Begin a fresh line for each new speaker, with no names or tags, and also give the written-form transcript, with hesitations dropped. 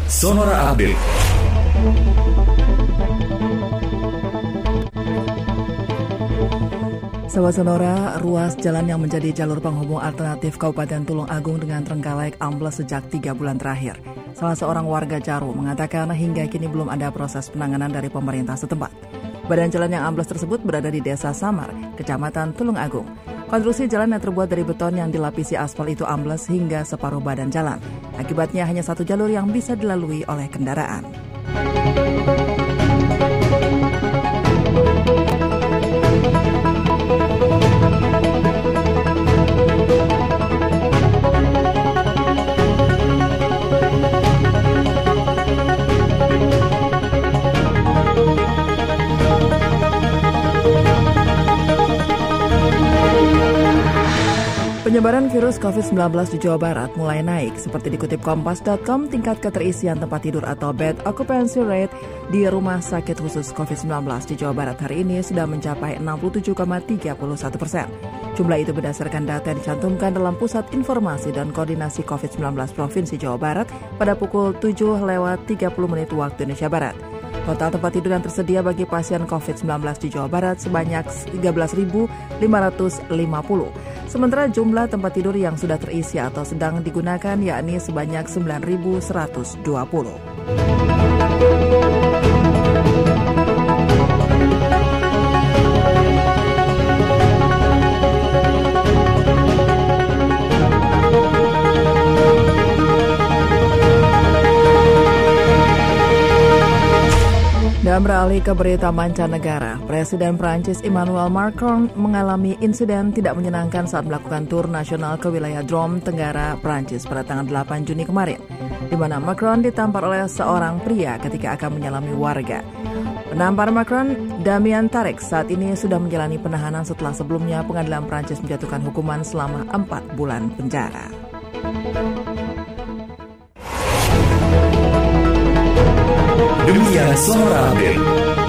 Sonora Update.
Sahabat Sonora, ruas jalan yang menjadi jalur penghubung alternatif Kabupaten Tulung Agung dengan Trenggalek ambles sejak 3 bulan terakhir. Salah seorang warga Jaru mengatakan hingga kini belum ada proses penanganan dari pemerintah setempat. Badan jalan yang ambles tersebut berada di Desa Samar, Kecamatan Tulung Agung. Konstruksi jalan yang terbuat dari beton yang dilapisi aspal itu ambles hingga separuh badan jalan. Akibatnya hanya satu jalur yang bisa dilalui oleh kendaraan. Penyebaran virus COVID-19 di Jawa Barat mulai naik. Seperti dikutip Kompas.com, tingkat keterisian tempat tidur atau bed occupancy rate di Rumah Sakit Khusus COVID-19 di Jawa Barat hari ini sudah mencapai 67,31%. Jumlah itu berdasarkan data yang dicantumkan dalam Pusat Informasi dan Koordinasi COVID-19 Provinsi Jawa Barat pada pukul 7:30 waktu Indonesia Barat. Total tempat tidur yang tersedia bagi pasien COVID-19 di Jawa Barat sebanyak 13.550. Sementara jumlah tempat tidur yang sudah terisi atau sedang digunakan yakni sebanyak 9.120. Dan beralih ke berita mancanegara, Presiden Prancis Emmanuel Macron mengalami insiden tidak menyenangkan saat melakukan tur nasional ke wilayah Drôme, Tenggara, Prancis pada tanggal 8 Juni kemarin, di mana Macron ditampar oleh seorang pria ketika akan menyelami warga. Penampar Macron, Damien Tarek, saat ini sudah menjalani penahanan setelah sebelumnya pengadilan Prancis menjatuhkan hukuman selama 4 bulan penjara.
Demikian Sonora Update.